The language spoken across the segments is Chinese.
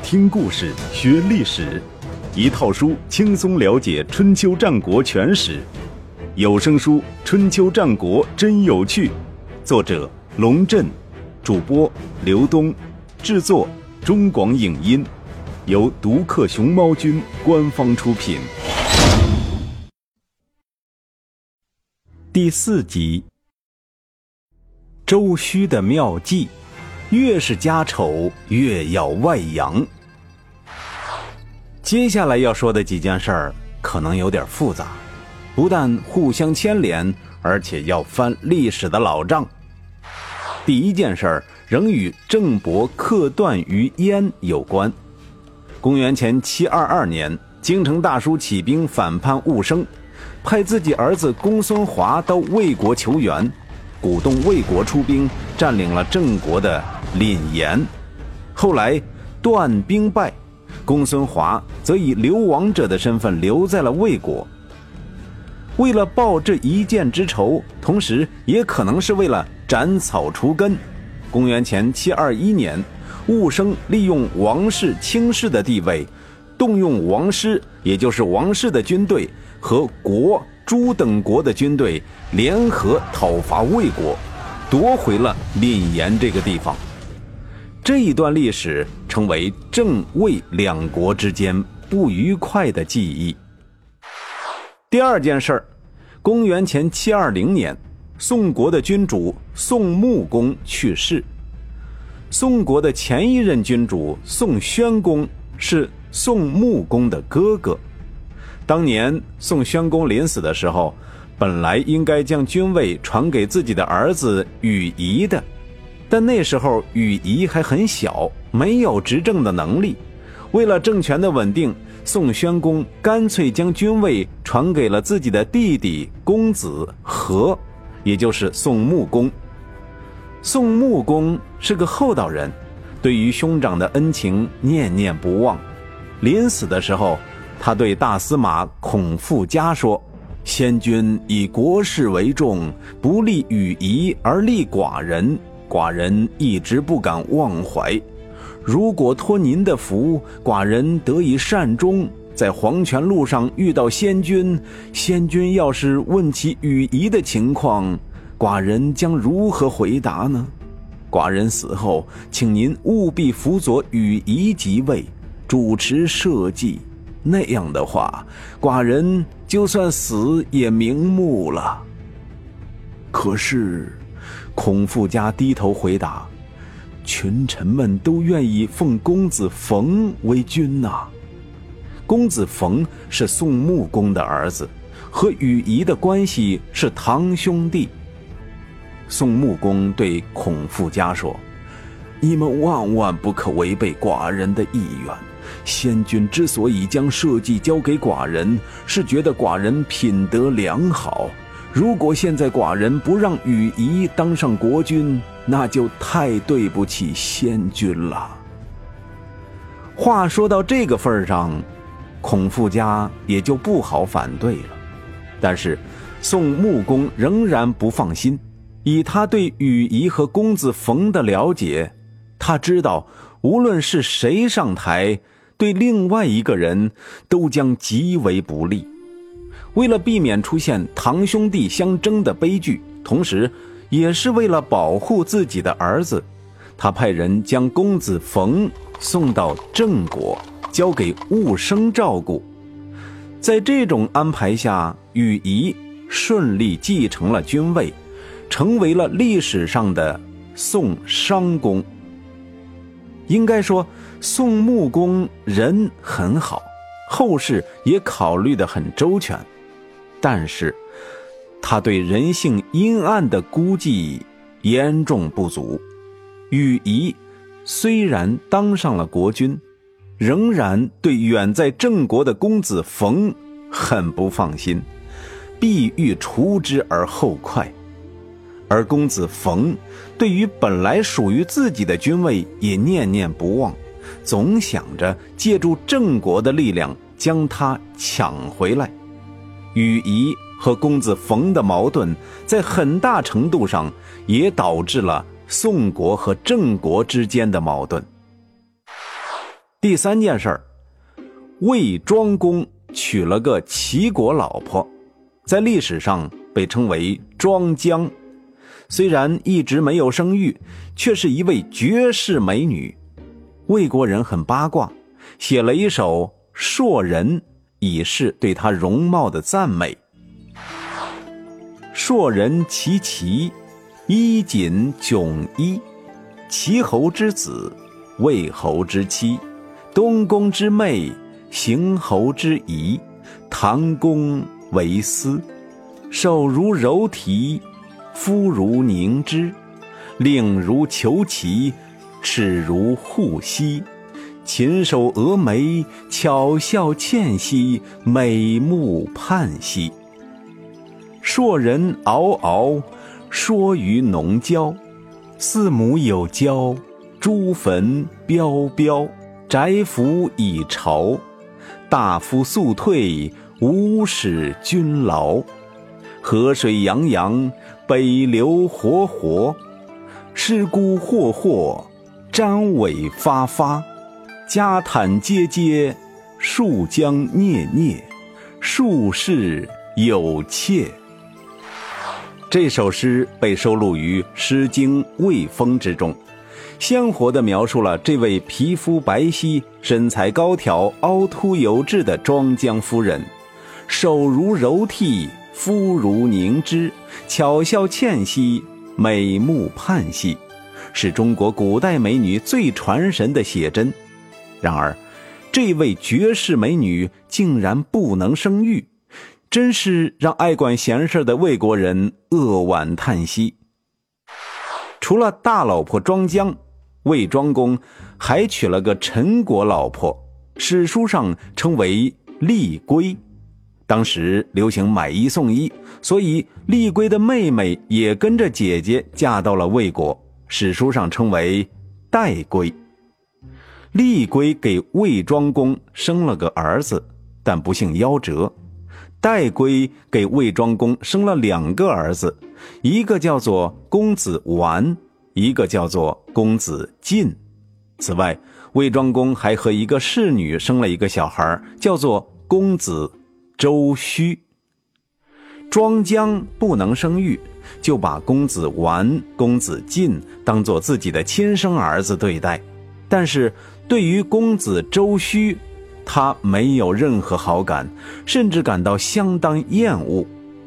听故事学历史，一套书轻松了解春秋战国全史。有声书《春秋战国真有趣》，作者龙震，主播刘东，制作中广影音，由独克熊猫君官方出品。第4集，周须的妙计，越是家丑越要外扬。接下来要说的几件事儿可能有点复杂，不但互相牵连，而且要翻历史的老账。第一件事儿仍与郑伯克段于鄢有关。公元前722年，京城大叔起兵反叛寤生，派自己儿子公孙华到魏国求援，鼓动魏国出兵，占领了郑国的廪延。后来段兵败，公孙华则以流亡者的身份留在了魏国。为了报这一箭之仇，同时也可能是为了斩草除根，公元前721年，寤生利用王室卿士的地位，动用王师，也就是王室的军队和国、诸等国的军队联合讨伐魏国，夺回了廪延这个地方。这一段历史成为郑魏两国之间不愉快的记忆。第二件事，公元前720年，宋国的君主宋穆公去世。宋国的前一任君主宋宣公是宋穆公的哥哥。当年宋宣公临死的时候，本来应该将君位传给自己的儿子禹仪的，但那时候禹仪还很小，没有执政的能力。为了政权的稳定，宋宣公干脆将君位传给了自己的弟弟公子和，也就是宋穆公。宋穆公是个厚道人，对于兄长的恩情念念不忘。临死的时候，他对大司马孔富嘉说：先君以国事为重，不立禹仪而立寡人，寡人一直不敢忘怀。如果托您的福，寡人得以善终，在黄泉路上遇到先君，先君要是问起禹仪的情况，寡人将如何回答呢？寡人死后，请您务必辅佐禹仪即位，主持社稷，那样的话，寡人就算死也瞑目了。可是孔富嘉低头回答：群臣们都愿意奉公子冯为君呐。公子冯是宋穆公的儿子，和禹仪的关系是堂兄弟。宋穆公对孔富嘉说：你们万万不可违背寡人的意愿，先君之所以将社稷交给寡人，是觉得寡人品德良好。如果现在寡人不让禹仪当上国君，那就太对不起先君了。话说到这个份上，孔富嘉也就不好反对了。但是宋穆公仍然不放心，以他对禹仪和公子冯的了解，他知道无论是谁上台，对另外一个人都将极为不利。为了避免出现堂兄弟相争的悲剧，同时也是为了保护自己的儿子，他派人将公子冯送到郑国，交给寤生照顾。在这种安排下，禹仪顺利继承了君位，成为了历史上的宋商公。应该说，宋穆公人很好，后世也考虑得很周全，但是他对人性阴暗的估计严重不足。禹仪虽然当上了国君，仍然对远在郑国的公子冯很不放心，必欲除之而后快。而公子冯对于本来属于自己的君位也念念不忘，总想着借助郑国的力量将他抢回来。禹仪和公子冯的矛盾在很大程度上也导致了宋国和郑国之间的矛盾。 第3件事，魏庄公娶了个齐国老婆，在历史上被称为庄姜。虽然一直没有生育，却是一位绝世美女。魏国人很八卦，写了一首《硕人》，以示对她容貌的赞美。硕人其齐，衣锦迥衣。齐侯之子，魏侯之妻，东宫之妹，邢侯之姨，唐公为私。手如柔荑，肤如凝脂，令如虬蛴，齿如护膝，禽首蛾眉，巧笑倩兮，美目盼兮。硕人嗷嗷，说于农郊，四母有交，朱坟彪彪，宅府已朝，大夫速退，无使君劳。河水洋洋，北流活活，尸骨霍霍，瞻尾发发，家坦阶阶，树将孽孽，树势有切。这首诗被收录于《诗经·卫风》之中，鲜活地描述了这位皮肤白皙、身材高挑、凹凸有致的庄姜夫人，手如柔荑，肤如凝脂，巧笑倩兮，美目盼兮，是中国古代美女最传神的写真。然而，这位绝世美女竟然不能生育，真是让爱管闲事的魏国人扼腕叹息。除了大老婆庄姜，魏庄公还娶了个陈国老婆，史书上称为厉归。当时流行买一送一，所以厉归的妹妹也跟着姐姐嫁到了魏国，史书上称为代归。厉归给魏庄公生了个儿子，但不幸夭折。代归给魏庄公生了2个儿子，一个叫做公子完，一个叫做公子晋。此外，魏庄公还和一个侍女生了一个小孩，叫做公子周须。庄姜不能生育，就把公子完、公子晋当作自己的亲生儿子对待，但是对于公子周须，他没有任何好感，甚至感到相当厌恶。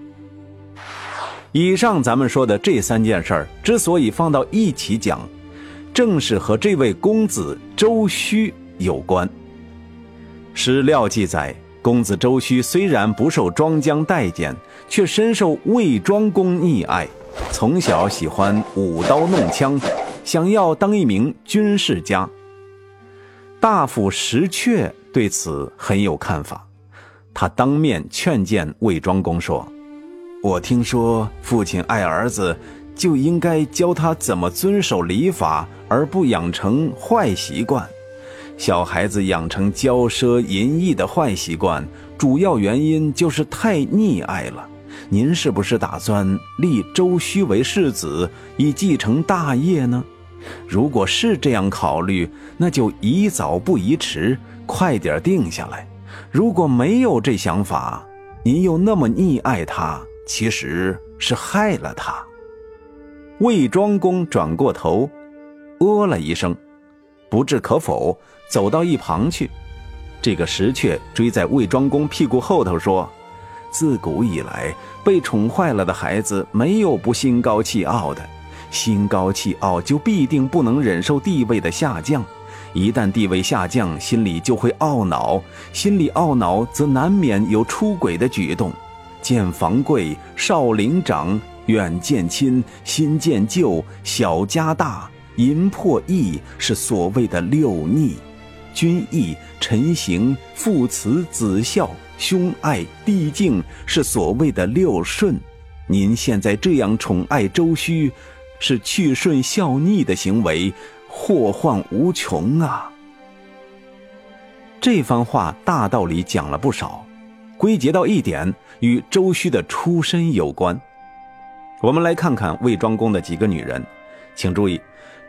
以上咱们说的这3件事之所以放到一起讲，正是和这位公子周须有关。史料记载，公子周须虽然不受庄姜待见，却深受魏庄公溺爱，从小喜欢舞刀弄枪，想要当一名军事家。大夫石阙对此很有看法，他当面劝谏魏庄公说，我听说父亲爱儿子，就应该教他怎么遵守礼法，而不养成坏习惯。小孩子养成骄奢淫逸的坏习惯，主要原因就是太溺爱了。您是不是打算立周须为世子，以继承大业呢？如果是这样考虑，那就宜早不宜迟，快点定下来。如果没有这想法，您又那么溺爱他，其实是害了他。魏庄公转过头，了一声，不置可否，走到一旁去。这个石阙追在魏庄公屁股后头说，自古以来，被宠坏了的孩子没有不心高气傲的，心高气傲就必定不能忍受地位的下降，一旦地位下降，心里就会懊恼，心里懊恼则难免有出轨的举动。见房贵，少陵长，远见亲，新见旧，小家大，淫破义，是所谓的6逆。君义、臣行、父慈子孝、兄爱弟敬，是所谓的6顺。您现在这样宠爱周须，是去顺效逆的行为，祸患无穷啊。这番话大道理讲了不少，归结到一点，与周须的出身有关。我们来看看魏庄公的几个女人，请注意，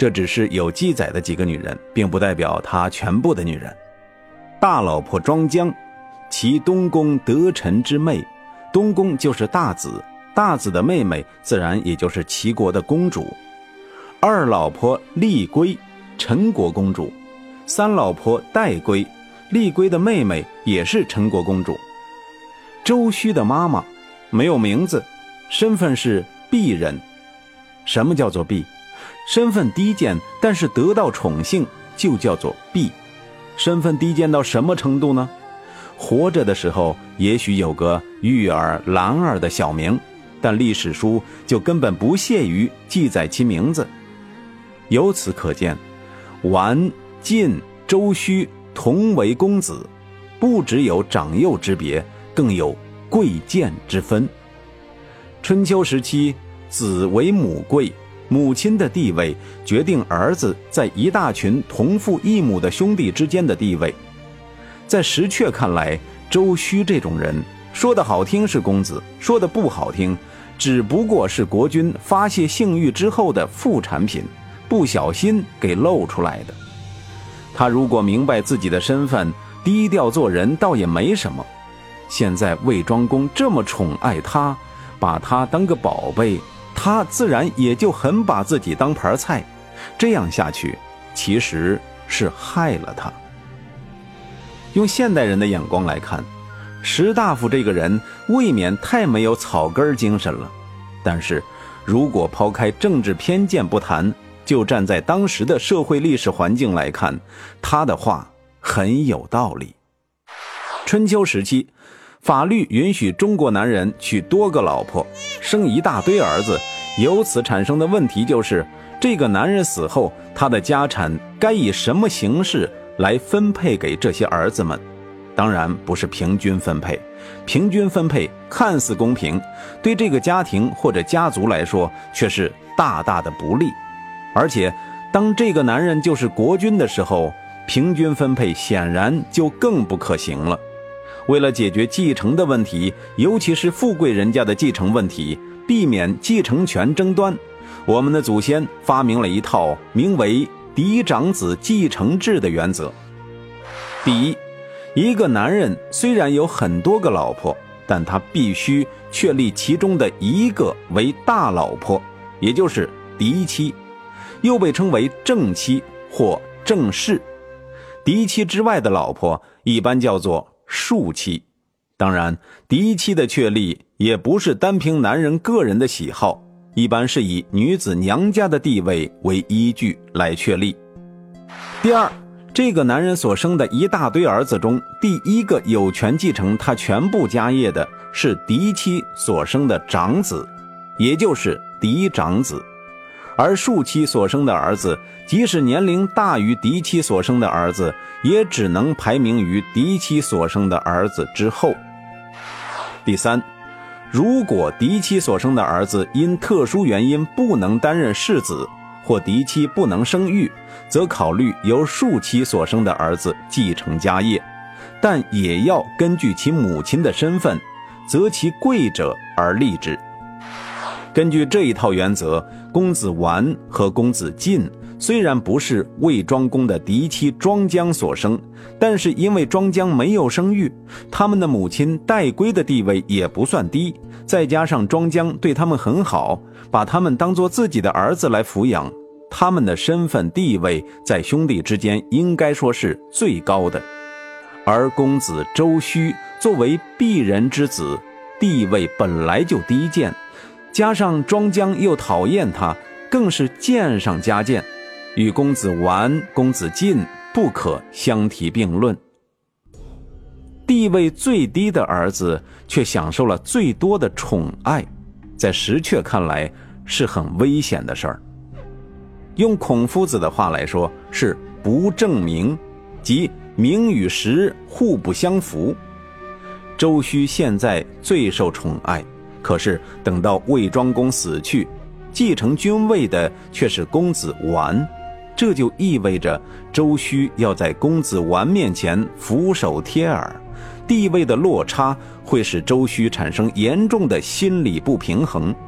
这只是有记载的几个女人，并不代表她全部的女人。大老婆庄姜，其东宫得臣之妹，东宫就是大子，大子的妹妹自然也就是齐国的公主。二老婆厉归，陈国公主。三老婆戴归，厉归的妹妹也是陈国公主。周须的妈妈没有名字，身份是鄙人。什么叫做鄙？身份低贱，但是得到宠幸，就叫做鄙。身份低贱到什么程度呢？活着的时候也许有个玉儿、兰儿的小名，但历史书就根本不屑于记载其名字。由此可见，完、晋、周须同为公子，不只有长幼之别，更有贵贱之分。春秋时期，子为母贵，母亲的地位决定儿子在一大群同父异母的兄弟之间的地位。在石阙看来，周须这种人，说的好听是公子，说的不好听，只不过是国君发泄性欲之后的副产品，不小心给露出来的。他如果明白自己的身份，低调做人倒也没什么。现在魏庄公这么宠爱他，把他当个宝贝，他自然也就很把自己当盘菜，这样下去其实是害了他。用现代人的眼光来看，石大夫这个人未免太没有草根精神了。但是如果抛开政治偏见不谈，就站在当时的社会历史环境来看，他的话很有道理。春秋时期，法律允许中国男人娶多个老婆，生一大堆儿子，由此产生的问题就是，这个男人死后，他的家产该以什么形式来分配给这些儿子们？当然不是平均分配，平均分配看似公平，对这个家庭或者家族来说却是大大的不利。而且当这个男人就是国君的时候，平均分配显然就更不可行了。为了解决继承的问题，尤其是富贵人家的继承问题，避免继承权争端，我们的祖先发明了一套名为嫡长子继承制的原则。第一，一个男人虽然有很多个老婆，但他必须确立其中的一个为大老婆，也就是嫡妻，又被称为正妻或正室。嫡妻之外的老婆一般叫做庶妻。当然，嫡妻的确立也不是单凭男人个人的喜好，一般是以女子娘家的地位为依据来确立。第二，这个男人所生的一大堆儿子中，第一个有权继承他全部家业的是嫡妻所生的长子，也就是嫡长子。而庶妻所生的儿子，即使年龄大于嫡妻所生的儿子，也只能排名于嫡妻所生的儿子之后。第三，如果嫡妻所生的儿子因特殊原因不能担任世子，或嫡妻不能生育，则考虑由庶妻所生的儿子继承家业，但也要根据其母亲的身份，择其贵者而立之。根据这一套原则，公子完和公子晋虽然不是魏庄公的嫡妻庄姜所生，但是因为庄姜没有生育，他们的母亲戴归的地位也不算低，再加上庄姜对他们很好，把他们当作自己的儿子来抚养，他们的身份地位在兄弟之间应该说是最高的。而公子周须作为鄙人之子，地位本来就低贱，加上庄姜又讨厌他，更是贱上加贱，与公子完、公子晋不可相提并论。地位最低的儿子却享受了最多的宠爱，在石阙看来是很危险的事儿。用孔夫子的话来说，是不正名，即名与实互不相符。周须现在最受宠爱，可是等到魏庄公死去，继承君位的却是公子完，这就意味着周须要在公子完面前俯首帖耳，地位的落差会使周须产生严重的心理不平衡。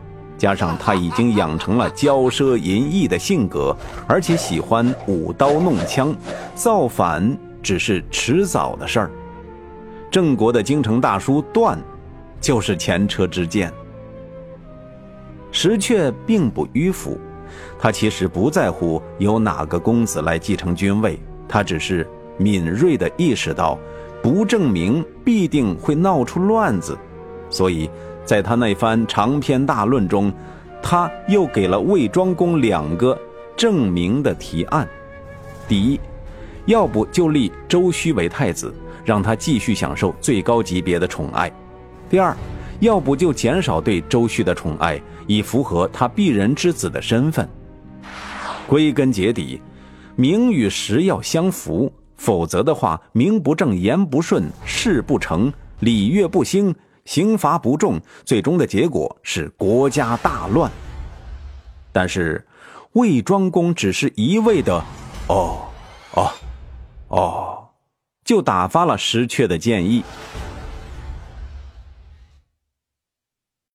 加上他已经养成了骄奢淫逸的性格，而且喜欢舞刀弄枪，造反只是迟早的事儿。郑国的京城大叔段就是前车之鉴。石阙并不迂腐，他其实不在乎由哪个公子来继承君位，他只是敏锐地意识到不正名必定会闹出乱子，所以在他那番长篇大论中，他又给了魏庄公2个正名的提案。第一，要不就立周须为太子，让他继续享受最高级别的宠爱；第二，要不就减少对周须的宠爱，以符合他避人之子的身份。归根结底，名与实要相符，否则的话，名不正言不顺，事不成，礼乐不兴，刑罚不重，最终的结果是国家大乱。但是魏庄公只是一味的就打发了石阙的建议。